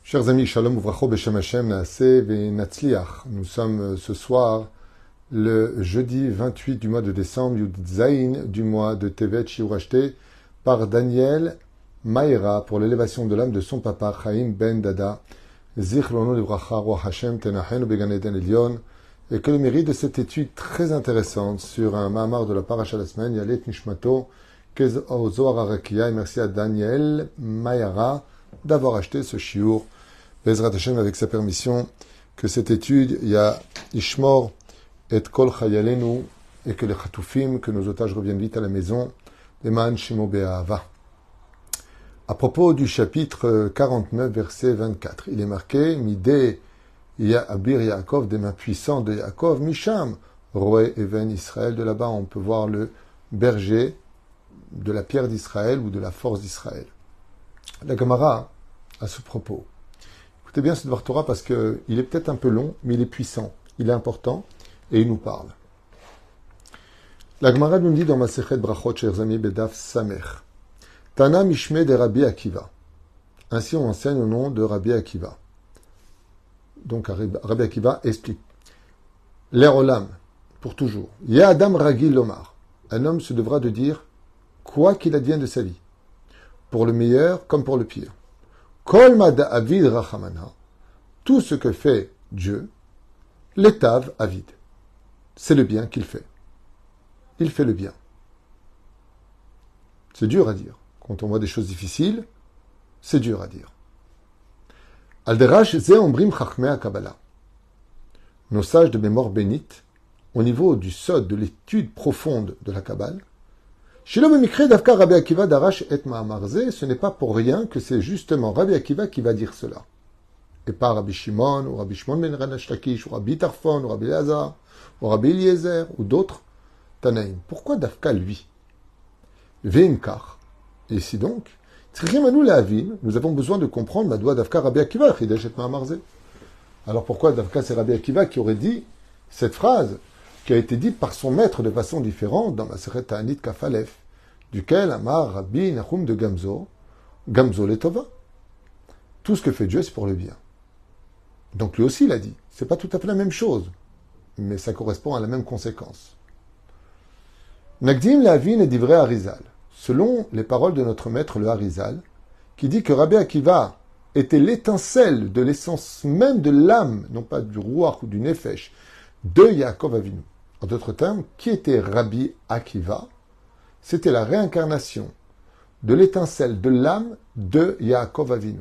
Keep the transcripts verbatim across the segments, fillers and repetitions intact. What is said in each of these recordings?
Chers amis, Shalom Uvracho Beshem Hashem Naaseh Ve'Natzliach. Nous sommes ce soir le jeudi vingt-huit du mois de décembre, Yud Zayin du mois de Tevet, Shiur acheté par Daniel Maïra pour l'élévation de l'âme de son papa, Chaim Ben Dada, Zichrono Livracha, Roi Hashem Tenachenu Began Eden Elyon, et que le mérite de cette étude très intéressante sur un Mahamar de la Paracha de la semaine, Yalet Nishmato, Kezoar Arakia, et merci à Daniel Maïra d'avoir acheté ce shiur. Bezrat Hashem, avec sa permission, que cette étude, il y a Ishmor et Kol Chayalenu, et que les Chatoufim, que nos otages reviennent vite à la maison, les Man Shemo Be'ahava. À propos du chapitre quarante-neuf, verset vingt-quatre, il est marqué Midé Ya Abir Yaakov, des mains puissantes de Yaakov, Misham, Roé Even Israël. De là-bas, on peut voir le berger de la pierre d'Israël ou de la force d'Israël. La Gemara, à ce propos, écoutez bien ce Dvar Torah parce qu'il est peut-être un peu long, mais il est puissant, il est important et il nous parle. La Gemara nous dit dans Masechet Brachot, chers amis, Bedaf Samer, Tana Mishme de Rabbi Akiva. Ainsi on enseigne au nom de Rabbi Akiva. Donc Rabbi Akiva explique. L'air olam, pour toujours. Ya Adam Ragil Lomar. Un homme se devra de dire quoi qu'il advienne de sa vie, pour le meilleur comme pour le pire. Kol mada avid rachamana, tout ce que fait Dieu, l'étav avid. C'est le bien qu'il fait. Il fait le bien. C'est dur à dire. Quand on voit des choses difficiles, c'est dur à dire. Alderash ze ombrim chachmei Kabbalah. Nos sages de mémoire bénite, au niveau du sod de l'étude profonde de la Kabbale, ce n'est pas pour rien que c'est justement Rabbi Akiva qui va dire cela. Et pas Rabbi Shimon, ou Rabbi Shimon ben Lakish, ou Rabbi Tarfon, ou Rabbi Elazar, ou Rabbi Eliezer, ou d'autres Tanaïm. Pourquoi Dafka lui? Veinkar. Et ici donc, nous avons besoin de comprendre Madoua Dafka Rabbi Akiva, Chidesh et Ma'amarze. Alors pourquoi Dafka c'est Rabbi Akiva qui aurait dit cette phrase qui a été dite par son maître de façon différente dans Masechet Ta'anit Kafalef, duquel Amar Rabbi Nachum de Gamzo, Gamzo Letova. Tout ce que fait Dieu, c'est pour le bien. Donc lui aussi l'a dit. C'est pas tout à fait la même chose, mais ça correspond à la même conséquence. Nagdim Lavin et Divrei Harizal, selon les paroles de notre maître le Harizal, qui dit que Rabbi Akiva était l'étincelle de l'essence même de l'âme, non pas du Ruach ou du Nefesh, de Yaakov Avinu. En d'autres termes, qui était Rabbi Akiva? C'était la réincarnation de l'étincelle de l'âme de Yaakov Avinu.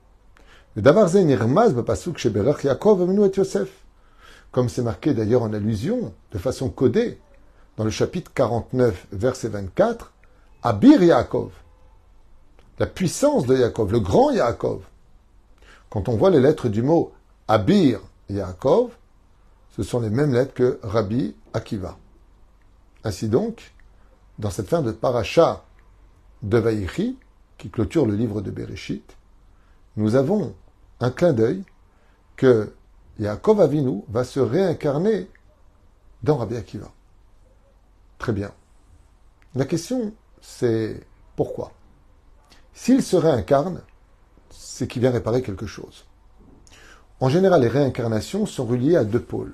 Comme c'est marqué d'ailleurs en allusion, de façon codée, dans le chapitre quarante-neuf, verset vingt-quatre, Abir Yaakov, la puissance de Yaakov, le grand Yaakov. Quand on voit les lettres du mot Abir Yaakov, ce sont les mêmes lettres que Rabbi Akiva. Ainsi donc, dans cette fin de paracha de Vaïchi, qui clôture le livre de Bereshit, nous avons un clin d'œil que Yaakov Avinu va se réincarner dans Rabbi Akiva. Très bien. La question, c'est pourquoi? S'il se réincarne, c'est qu'il vient réparer quelque chose. En général, les réincarnations sont reliées à deux pôles.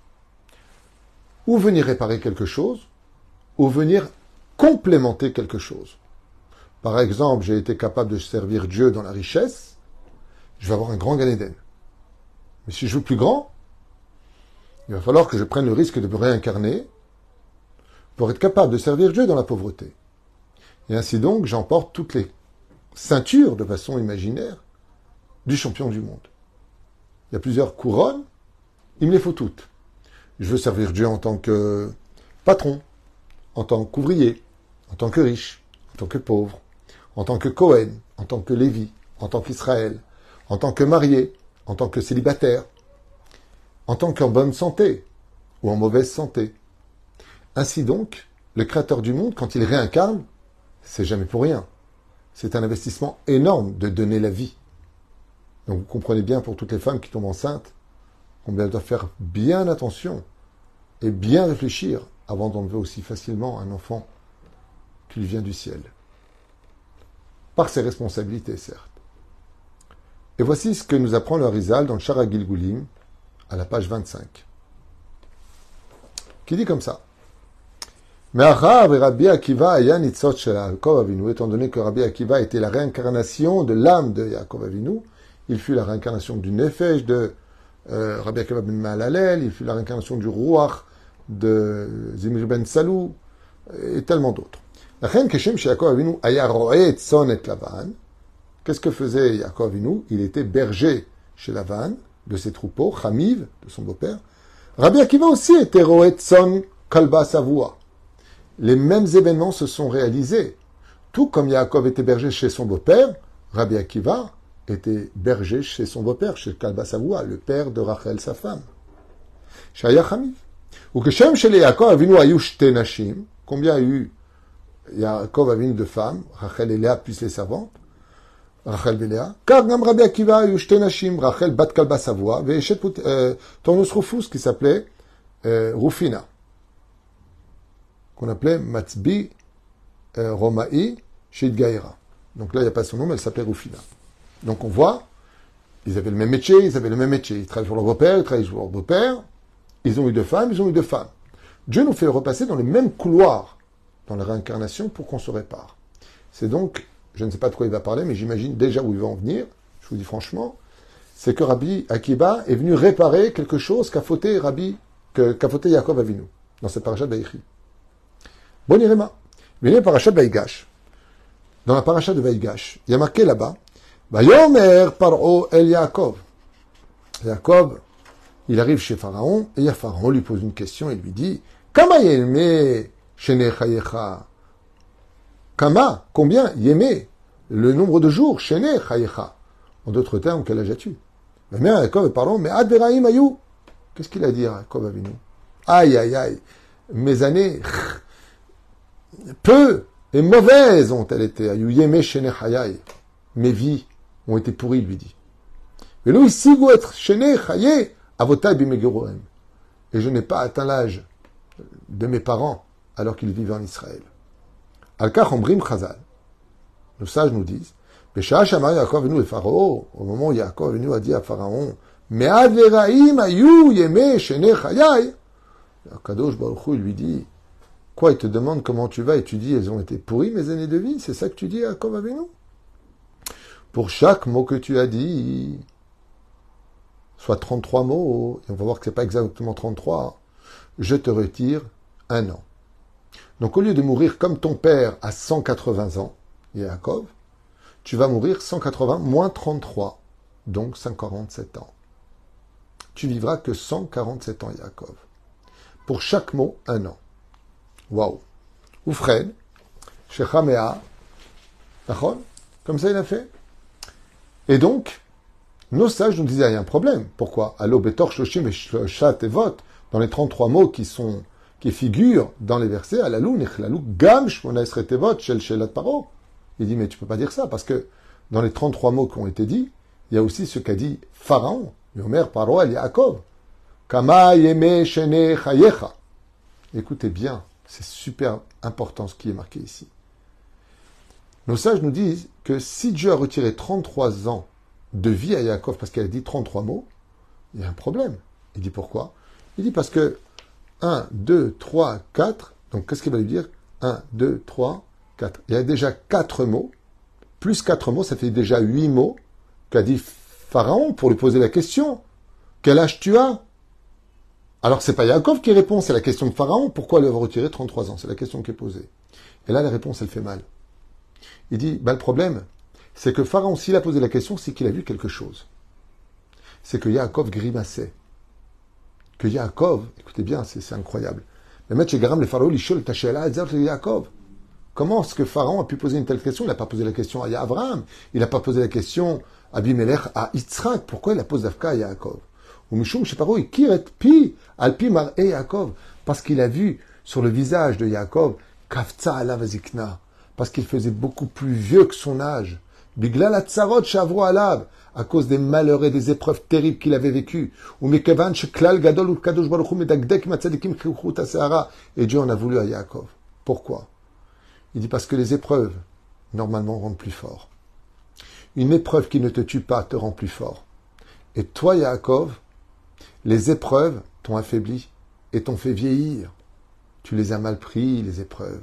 Ou venir réparer quelque chose, ou venir complémenter quelque chose. Par exemple, j'ai été capable de servir Dieu dans la richesse, je vais avoir un grand Gan Eden. Mais si je veux plus grand, il va falloir que je prenne le risque de me réincarner pour être capable de servir Dieu dans la pauvreté. Et ainsi donc, j'emporte toutes les ceintures de façon imaginaire du champion du monde. Il y a plusieurs couronnes, il me les faut toutes. Je veux servir Dieu en tant que patron, en tant qu'ouvrier, en tant que riche, en tant que pauvre, en tant que Cohen, en tant que Lévi, en tant qu'Israël, en tant que marié, en tant que célibataire, en tant qu'en bonne santé ou en mauvaise santé. Ainsi donc, le Créateur du monde, quand il réincarne, c'est jamais pour rien. C'est un investissement énorme de donner la vie. Donc vous comprenez bien pour toutes les femmes qui tombent enceintes, combien elles doivent faire bien attention et bien réfléchir avant d'enlever aussi facilement un enfant qui lui vient du ciel. Par ses responsabilités, certes. Et voici ce que nous apprend le Harizal dans le Shara Gilgulim, à la page vingt-cinq, qui dit comme ça. Mais Rabbi Akiva aya nitzot shel Yaakov Avinu, étant donné que Rabbi Akiva était la réincarnation de l'âme de Yaakov Avinu, il fut la réincarnation du Nefesh de euh, Rabbi Akiva ben Mahalalel, il fut la réincarnation du Ruach de Zimri ben Salou, et tellement d'autres. Lachen keshem shel Yaakov Avinu aya ro'eh tzon et Lavan. Qu'est-ce que faisait Yaakov Avinu? Il était berger chez Lavan, de ses troupeaux, Chamiv, de son beau-père. Rabbi Akiva aussi était ro'eh tzon kalba savua. Les mêmes événements se sont réalisés. Tout comme Yaakov était berger chez son beau-père, Rabbi Akiva était berger chez son beau-père, chez Kalba Savoua, le père de Rachel, sa femme. Shaya Chamiv. Ou que Shem chez Yaakov Avinu ayu shte nashim. Combien a eu Yaakov Avinu de femmes, Rachel et Léa plus les servantes, Rachel et Léa. Car même Rabbi Akiva ayu shte nashim, Rachel bat Kalba Savoua, ve'eshet Tornos Rufus qui s'appelait euh, Rufina, qu'on appelait Matzbi euh, Romaï Shid Gaïra. Donc là, il n'y a pas son nom, mais elle s'appelait Rufina. Donc on voit, ils avaient le même métier, ils avaient le même métier. Ils travaillaient pour leur beau-père, ils travaillaient pour leur beau-père. Ils ont eu deux femmes, ils ont eu deux femmes. Dieu nous fait repasser dans le même couloir, dans la réincarnation, pour qu'on se répare. C'est donc, je ne sais pas de quoi il va parler, mais j'imagine déjà où il va en venir, je vous dis franchement, c'est que Rabbi Akiva est venu réparer quelque chose qu'a fauté Rabbi, que, qu'a fauté Yaakov Avinu, dans cette paracha de Vaïchi. Bon Irema, venez parachat de Vaïgash. Dans la paracha de Vaïgash, il y a marqué là-bas, Vayomer paro el Yaakov. Yaakov, il arrive chez Pharaon, et Pharaon lui pose une question, et lui dit, Kama yeme shene chayecha. Kama, combien yeme, le nombre de jours, shene chayecha. En d'autres termes, quel âge as-tu? La mère Yaakov, pardon, mais ad veraim ayou. Qu'est-ce qu'il a dit, Yaakov Avinu? Aïe, aïe, aïe, mes années, peu et mauvaises ont-elles été. Ayou yeme shene chayai. Mes vies ont été pourries, lui dit. Et lui, si vous êtes shene chayai, avotai bimegerohem. Et je n'ai pas atteint l'âge de mes parents alors qu'ils vivaient en Israël. Al-Kach Ombrim Chazal. Nos sages nous disent, Besha'a Shamar Yaakov Avinu et Pharaon, au moment où Yaakov Avinu a dit à Pharaon, Me'ad veraim ayu yeme shene chayai. Kadosh Baruch Hu lui dit, quoi, il te demande comment tu vas et tu dis, elles ont été pourries mes années de vie, c'est ça que tu dis à Yaakov Avinu? Pour chaque mot que tu as dit, soit trente-trois mots, et on va voir que ce n'est pas exactement trente-trois, je te retire un an. Donc au lieu de mourir comme ton père à cent quatre-vingts ans, Yaakov, tu vas mourir cent quatre-vingts moins trente-trois, donc cent quarante-sept ans. Tu vivras que cent quarante-sept ans, Yaakov. Pour chaque mot, un an. Waouh. Oufren, Shechamea, d'accord? Comme ça il a fait. Et donc, nos sages nous disaient, il y a un problème. Pourquoi? Allo betor shloshim et shat evot, dans les trente-trois mots qui sont, qui figurent dans les versets, alalou nechlalu gam shmona esret evot shel shelat paro. Il dit, mais tu peux pas dire ça, parce que dans les trente-trois mots qui ont été dits, il y a aussi ce qu'a dit Pharaon, Yomer paro el Yaakov, kama yeme shene chayecha. Écoutez bien, c'est super important ce qui est marqué ici. Nos sages nous disent que si Dieu a retiré trente-trois ans de vie à Yaakov parce qu'elle a dit trente-trois mots, il y a un problème. Il dit pourquoi? Il dit parce que un, deux, trois, quatre, donc qu'est-ce qu'il va lui dire? un, deux, trois, quatre. Il y a déjà quatre mots, plus quatre mots, ça fait déjà huit mots qu'a dit Pharaon pour lui poser la question. Quel âge tu as? Alors c'est pas Yaakov qui répond, c'est la question de Pharaon. Pourquoi lui avoir retiré trente-trois ans? C'est la question qui est posée. Et là, la réponse, elle fait mal. Il dit, bah, le problème, c'est que Pharaon, s'il a posé la question, c'est qu'il a vu quelque chose. C'est que Yaakov grimaçait. Que Yaakov, écoutez bien, c'est, c'est incroyable. Le maître chez Garam, le Pharaon, il chole, tachela, Yaakov. Comment est-ce que Pharaon a pu poser une telle question? Il n'a pas posé la question à Abraham. Il n'a pas posé la question à Abimelech, à Yitzhak. Pourquoi il a posé d'Afka à Yaakov? Ou Mishum, chez Pharaon, il kiret pi, alpi mar et Yaakov. Parce qu'il a vu sur le visage de Yaakov, kafza alav azikna. Parce qu'il faisait beaucoup plus vieux que son âge. Biglal atzarot shavro alav, à cause des malheurs et des épreuves terribles qu'il avait vécues. Ou mekevan sheklal gadol ou kadosh baruch hu medagdek matzadikim chouchut asehara. Et Dieu en a voulu à Yaakov. Pourquoi? Il dit parce que les épreuves, normalement, rendent plus fort. Une épreuve qui ne te tue pas te rend plus fort. Et toi, Yaakov, les épreuves t'ont affaibli et t'ont fait vieillir. Tu les as mal pris, les épreuves.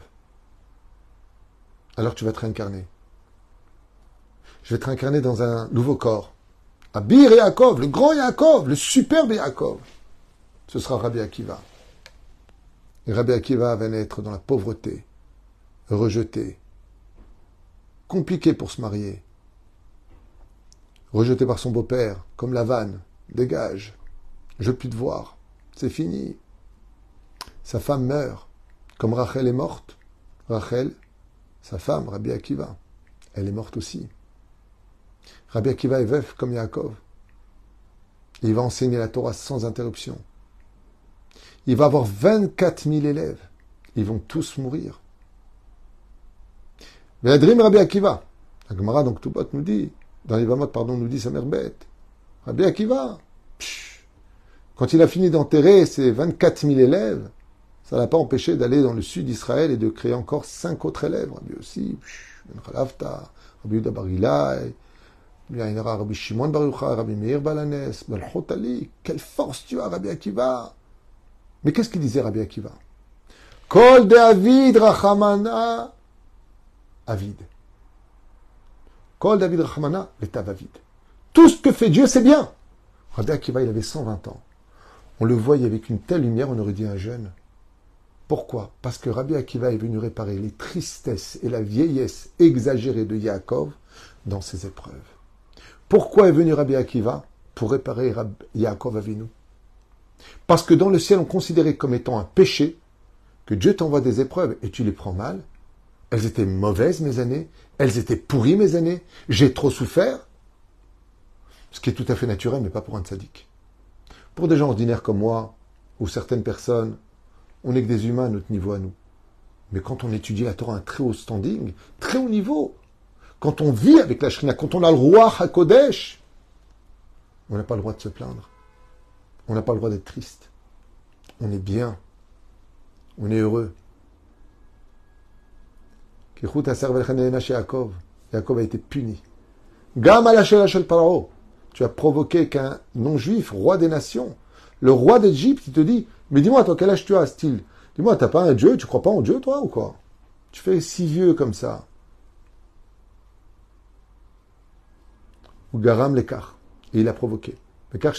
Alors tu vas te réincarner. Je vais te réincarner dans un nouveau corps. Abir Yaakov, le grand Yaakov, le superbe Yaakov. Ce sera Rabbi Akiva. Et Rabbi Akiva va naître dans la pauvreté, rejeté, compliqué pour se marier, rejeté par son beau-père, comme Lavan, dégage, je ne veux plus te voir, c'est fini. Sa femme meurt, comme Rachel est morte. Rachel, sa femme, Rabbi Akiva, elle est morte aussi. Rabbi Akiva est veuf comme Yaakov. Il va enseigner la Torah sans interruption. Il va avoir vingt-quatre mille élèves. Ils vont tous mourir. Véladrim Rabbi Akiva. La Gemara, donc, Toubot nous dit, dans les Vamot, pardon, nous dit sa mère bête. Rabbi Akiva, psh, quand il a fini d'enterrer ses vingt-quatre mille élèves, ça n'a pas empêché d'aller dans le sud d'Israël et de créer encore cinq autres élèves. Rabbi aussi, Ben Khalavta, Rabbi Yuda Bar Ilai, Rabbi Shimon Bar Yochai, Rabbi Meir Balanes, Balchot Ali. Quelle force tu as, Rabbi Akiva! Mais qu'est-ce qu'il disait, Rabbi Akiva? Kol de Avid Rachamana Avid. Kol David Rachamana, l'état Avid. Tout ce que fait Dieu, c'est bien. Rabbi Akiva, il avait cent vingt ans. On le voyait avec une telle lumière, on aurait dit un jeune. Pourquoi? Parce que Rabbi Akiva est venu réparer les tristesses et la vieillesse exagérée de Yaakov dans ses épreuves. Pourquoi est venu Rabbi Akiva? Pour réparer Rab... Yaakov Avinu. Parce que dans le ciel, on considérait comme étant un péché que Dieu t'envoie des épreuves et tu les prends mal. Elles étaient mauvaises, mes années. Elles étaient pourries, mes années. J'ai trop souffert. Ce qui est tout à fait naturel, mais pas pour un tzaddik. Pour des gens ordinaires comme moi, ou certaines personnes, on n'est que des humains à notre niveau à nous. Mais quand on étudie la Torah à un très haut standing, très haut niveau, quand on vit avec la Shrina, quand on a le roi HaKodesh, on n'a pas le droit de se plaindre. On n'a pas le droit d'être triste. On est bien. On est heureux. Yaakov a été puni. Tu as provoqué qu'un non-juif, roi des nations, le roi d'Égypte, il te dit, mais dis-moi, toi, quel âge tu as, style? Dis-moi, t'as pas un Dieu, tu crois pas en Dieu, toi, ou quoi? Tu fais si vieux comme ça. Ou garam l'écart. Et il a provoqué. Car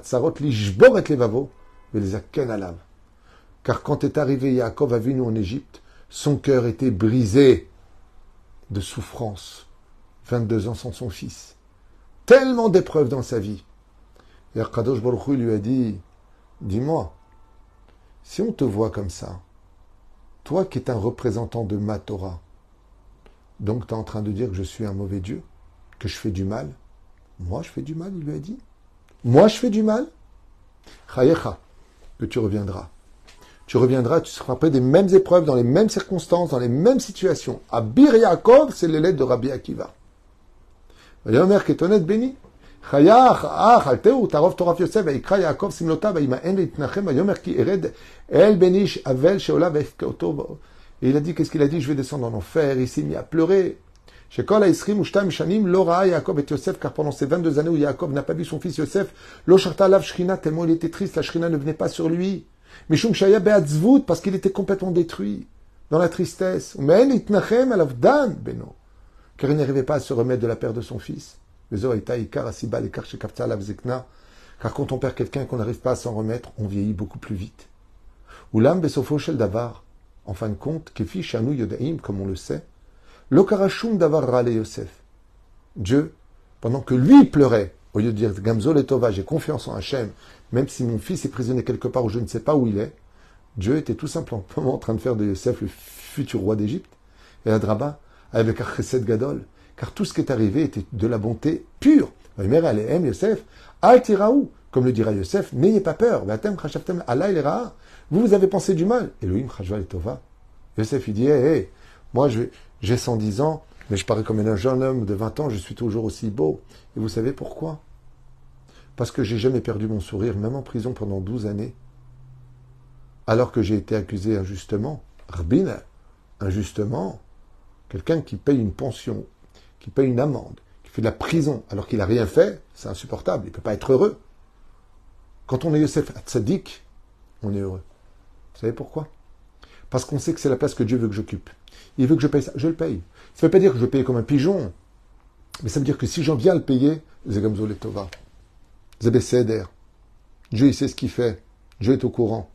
quand est arrivé Yaakov Avinu en Égypte, son cœur était brisé de souffrance. vingt-deux ans sans son fils. Tellement d'épreuves dans sa vie. Et Akadosh Baruch Hu lui a dit, dis-moi, si on te voit comme ça, toi qui es un représentant de ma Torah, donc tu es en train de dire que je suis un mauvais Dieu, que je fais du mal? Moi je fais du mal, il lui a dit. Moi, je fais du mal. Chayecha, que tu reviendras. Tu reviendras, tu seras près des mêmes épreuves, dans les mêmes circonstances, dans les mêmes situations. Abir Yaakov, c'est l'élève de Rabbi Akiva. Vayomer Ketonet béni. Chayach, ah, chalteu, tarov toraf Yosef, vaikra Yaakov simlota, vayimaen leitnachem, vayomer ki ered, el benish, avel, sheola, vaifkaoto. Et il a dit, qu'est-ce qu'il a dit? Je vais descendre en enfer. Il s'est mis à pleurer. Car pendant ces vingt-deux années où Yaakov n'a pas vu son fils Yosef, tellement il était triste, la shrina ne venait pas sur lui. Parce qu'il était complètement détruit, dans la tristesse. Car il n'arrivait pas à se remettre de la perte de son fils. Car quand on perd quelqu'un et qu'on n'arrive pas à s'en remettre, on vieillit beaucoup plus vite. En fin de compte, comme on le sait, Lokarashum davar rale Yosef. Dieu, pendant que lui pleurait, au lieu de dire Gamzol et Tova, j'ai confiance en Hachem, même si mon fils est prisonnier quelque part où je ne sais pas où il est, Dieu était tout simplement en train de faire de Yosef le futur roi d'Égypte. Et Adraba, avec un chesed gadol, car tout ce qui est arrivé était de la bonté pure. Yosef, al tiraou, comme le dira Yosef, n'ayez pas peur. Vous, vous avez pensé du mal. Elohim chashva et Tova. Yosef, il dit, hé, hey, hey, moi, je, j'ai cent dix ans, mais je parais comme un jeune homme de vingt ans, je suis toujours aussi beau. Et vous savez pourquoi? Parce que j'ai jamais perdu mon sourire, même en prison pendant douze années, alors que j'ai été accusé injustement. Rabin, injustement, quelqu'un qui paye une pension, qui paye une amende, qui fait de la prison, alors qu'il n'a rien fait, c'est insupportable, il ne peut pas être heureux. Quand on est Yosef Hatzadik, on est heureux. Vous savez pourquoi? Parce qu'on sait que c'est la place que Dieu veut que j'occupe. Il veut que je paye ça, je le paye. Ça ne veut pas dire que je paye comme un pigeon, mais ça veut dire que si j'en viens à le payer, Zegamzo le Tova, Zebeseder, Dieu il sait ce qu'il fait, Dieu est au courant.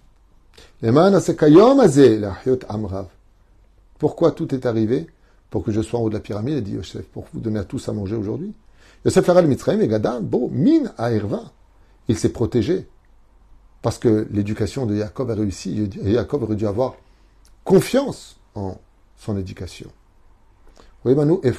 Pourquoi tout est arrivé? Pour que je sois en haut de la pyramide, il dit Yosef, pour vous donner à tous à manger aujourd'hui. Yosef Haral Mitzrayim et Gadam, bo, min aerva. Il s'est protégé. Parce que l'éducation de Yaakov a réussi. Et Yaakov aurait dû avoir confiance en son éducation. Et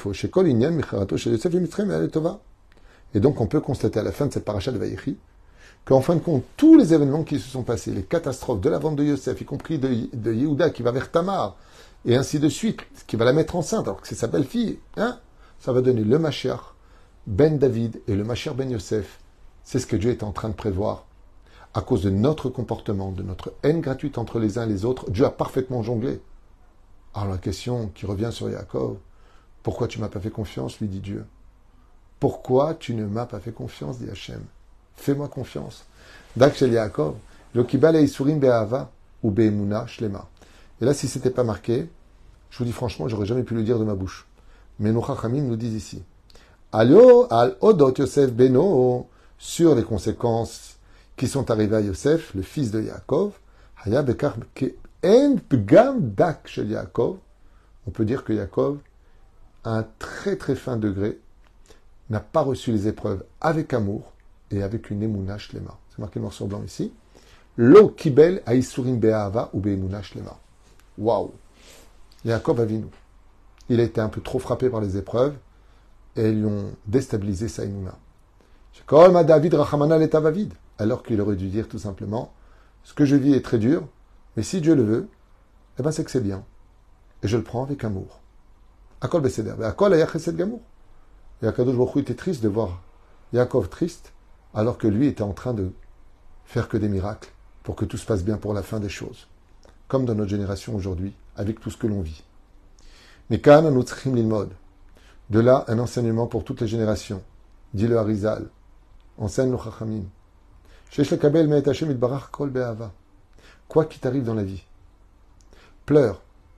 donc on peut constater à la fin de cette paracha de Vayechi qu'en fin de compte, tous les événements qui se sont passés, les catastrophes de la vente de Yosef, y compris de, de Yehuda qui va vers Tamar, et ainsi de suite, qui va la mettre enceinte, alors que c'est sa belle-fille, hein, ça va donner le Mashiach, Ben David et le Mashiach Ben Yosef. C'est ce que Dieu est en train de prévoir. À cause de notre comportement, de notre haine gratuite entre les uns et les autres, Dieu a parfaitement jonglé. Alors la question qui revient sur Yaakov, pourquoi tu ne m'as pas fait confiance, lui dit Dieu. Pourquoi tu ne m'as pas fait confiance, dit Hachem. Fais-moi confiance. Dak shel Yaakov, lo kibal eisurim be'ahava ou be'emuna shlema. Et là, si ce n'était pas marqué, je vous dis franchement, j'aurais jamais pu le dire de ma bouche. Mais nos chachamim nous disent ici, Alio al odot Yosef beno, sur les conséquences qui sont arrivées à Yosef, le fils de Yaakov, haya bekar ke'en pgam dak shel Yaakov. On peut dire que Yaakov, à un très très fin degré, n'a pas reçu les épreuves avec amour et avec une emuna shlema. C'est marqué noir sur blanc ici. Lo kibel aisurim be'ahava ou be'emuna shlema. Waouh! Yaakov Avinu. Il a été un peu trop frappé par les épreuves et ils lui ont déstabilisé sa emuna. David rachamana l'eta vavid. Alors qu'il aurait dû dire tout simplement, ce que je vis est très dur, mais si Dieu le veut, eh ben c'est que c'est bien. Et je le prends avec amour. Akol beseder. Akol aya chesed gamour. Et Akadosh Baruch Hu était triste de voir Yaakov triste, alors que lui était en train de faire que des miracles pour que tout se passe bien pour la fin des choses. Comme dans notre génération aujourd'hui, avec tout ce que l'on vit. Mais Kana nous tzrichim lilmod. De là, un enseignement pour toutes les générations. Dit le Harizal. Enseigne le Chachamim. Shesh lekabel me'et Hashem itbarach kol be'ahava. Quoi qu'il t'arrive dans la vie, pleure,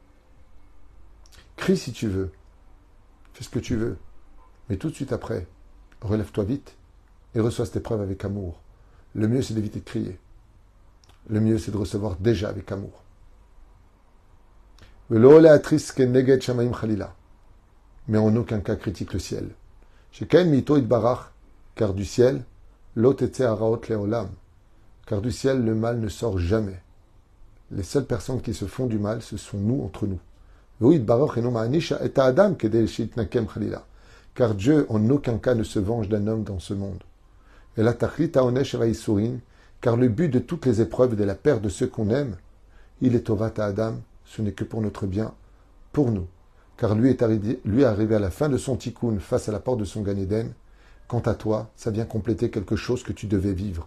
crie si tu veux, fais ce que tu veux, mais tout de suite après, relève-toi vite et reçois cette épreuve avec amour. Le mieux, c'est d'éviter de crier. Le mieux, c'est de recevoir déjà avec amour. Mais en aucun cas critique le ciel. Car du ciel, car du ciel, le mal ne sort jamais. Les seules personnes qui se font du mal, ce sont nous entre nous. Car Dieu, en aucun cas, ne se venge d'un homme dans ce monde. Et la car le but de toutes les épreuves et de la perte de ceux qu'on aime, il est Tovat Adam, ce n'est que pour notre bien, pour nous. Car lui est arrivé, lui est arrivé à la fin de son tikkun face à la porte de son Gan Eden. Quant à toi, ça vient compléter quelque chose que tu devais vivre.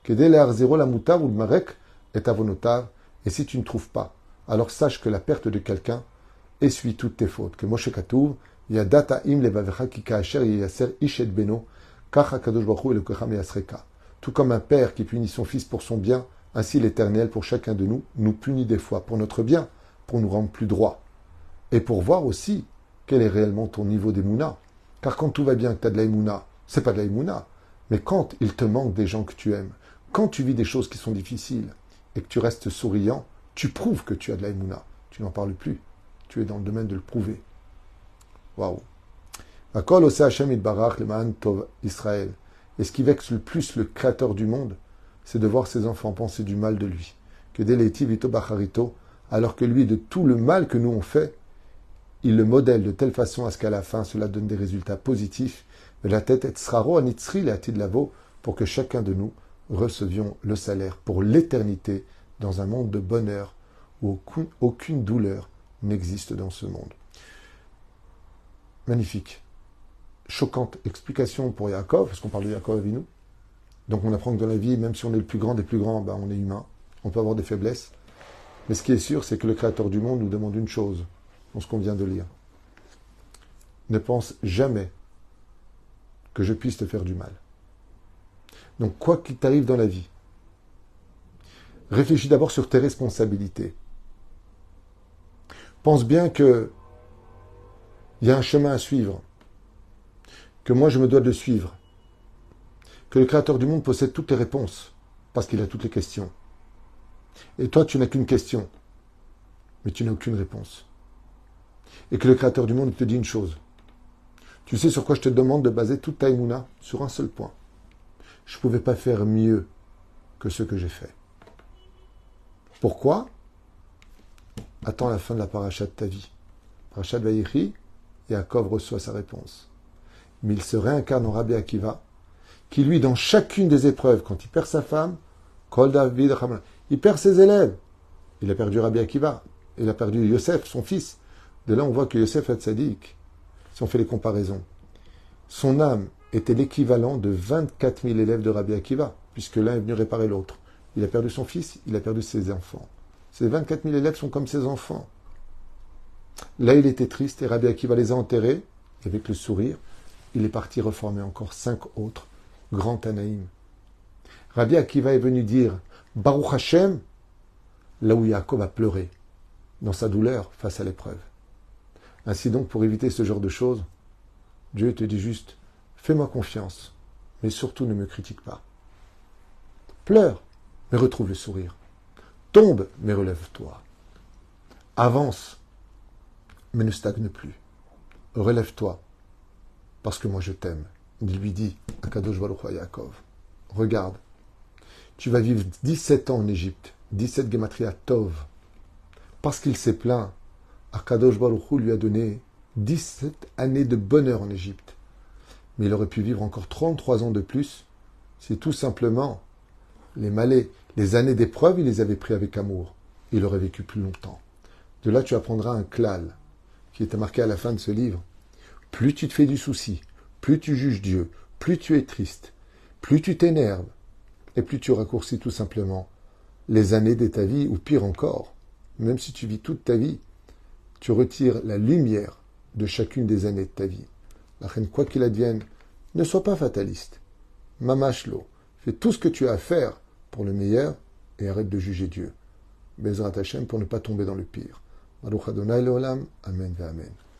Et si tu ne trouves pas, alors sache que la perte de quelqu'un essuie toutes tes fautes. Que Moshe Katuv, Yadata im levavecha ki ka'asher yaser ishet beno, kach hakadosh baruch hu elokecha meyasreka. Tout comme un père qui punit son fils pour son bien, ainsi l'Éternel, pour chacun de nous, nous punit des fois pour notre bien, pour nous rendre plus droits. Et pour voir aussi quel est réellement ton niveau d'émouna. Car quand tout va bien, que tu as de la émouna, c'est pas de la émouna. Mais quand il te manque des gens que tu aimes, quand tu vis des choses qui sont difficiles, et que tu restes souriant, tu prouves que tu as de la émouna. Tu n'en parles plus. Tu es dans le domaine de le prouver. Waouh. Akol ose Hashem itbarach leman tov Israël. Et ce qui vexe le plus le Créateur du monde, c'est de voir ses enfants penser du mal de lui. Que deleiti vito bacharito, alors que lui, de tout le mal que nous on fait, il le modèle de telle façon à ce qu'à la fin, cela donne des résultats positifs. Mais la tête est sraro anitzri leati de lavo, pour que chacun de nous recevions le salaire pour l'éternité dans un monde de bonheur où aucune, aucune douleur n'existe dans ce monde. Magnifique. Choquante explication pour Yaakov, parce qu'on parle de Yaakov Avinu. Donc on apprend que dans la vie, même si on est le plus grand des plus grands, ben on est humain, on peut avoir des faiblesses. Mais ce qui est sûr, c'est que le Créateur du monde nous demande une chose, dans ce qu'on vient de lire. Ne pense jamais que je puisse te faire du mal. Donc, quoi qu'il t'arrive dans la vie, réfléchis d'abord sur tes responsabilités. Pense bien que il y a un chemin à suivre, que moi je me dois de suivre, que le Créateur du monde possède toutes les réponses, parce qu'il a toutes les questions. Et toi, tu n'as qu'une question, mais tu n'as aucune réponse. Et que le Créateur du monde te dit une chose. Tu sais sur quoi je te demande de baser toute ta émouna? Sur un seul point. Je ne pouvais pas faire mieux que ce que j'ai fait. Pourquoi? Attends la fin de la paracha de ta vie. Paracha de Vaïchi, Yaakov reçoit sa réponse. Mais il se réincarne en Rabbi Akiva, qui lui, dans chacune des épreuves, quand il perd sa femme, Kol David Hamla, il perd ses élèves. Il a perdu Rabbi Akiva. Il a perdu Yosef, son fils. De là, on voit que Yosef est tzaddik. Si on fait les comparaisons. Son âme était l'équivalent de vingt-quatre mille élèves de Rabbi Akiva, puisque l'un est venu réparer l'autre. Il a perdu son fils, il a perdu ses enfants. Ces vingt-quatre mille élèves sont comme ses enfants. Là, il était triste et Rabbi Akiva les a enterrés, et avec le sourire, il est parti reformer encore cinq autres grands Tanaïm. Rabbi Akiva est venu dire Baruch Hashem, là où Yaakov a pleuré, dans sa douleur face à l'épreuve. Ainsi donc, pour éviter ce genre de choses, Dieu te dit juste, fais-moi confiance, mais surtout ne me critique pas. Pleure, mais retrouve le sourire. Tombe, mais relève-toi. Avance, mais ne stagne plus. Relève-toi, parce que moi je t'aime. Il lui dit à Kadosh Baruch Hu Yaakov, regarde, tu vas vivre dix-sept ans en Égypte, dix-sept Gematria Tov, parce qu'il s'est plaint, Akadosh Baruch Hu lui a donné dix-sept années de bonheur en Égypte. Mais il aurait pu vivre encore trente-trois ans de plus si tout simplement les malais, les années d'épreuve, il les avait pris avec amour. Il aurait vécu plus longtemps. De là, tu apprendras un klal qui était marqué à la fin de ce livre. Plus tu te fais du souci, plus tu juges Dieu, plus tu es triste, plus tu t'énerves, et plus tu raccourcis tout simplement les années de ta vie, ou pire encore, même si tu vis toute ta vie, tu retires la lumière de chacune des années de ta vie. La reine, quoi qu'il advienne, ne sois pas fataliste. Mamashlo, fais tout ce que tu as à faire pour le meilleur et arrête de juger Dieu. Bezrat Hashem pour ne pas tomber dans le pire. Baruch Adonai Leolam, Amen ve Amen.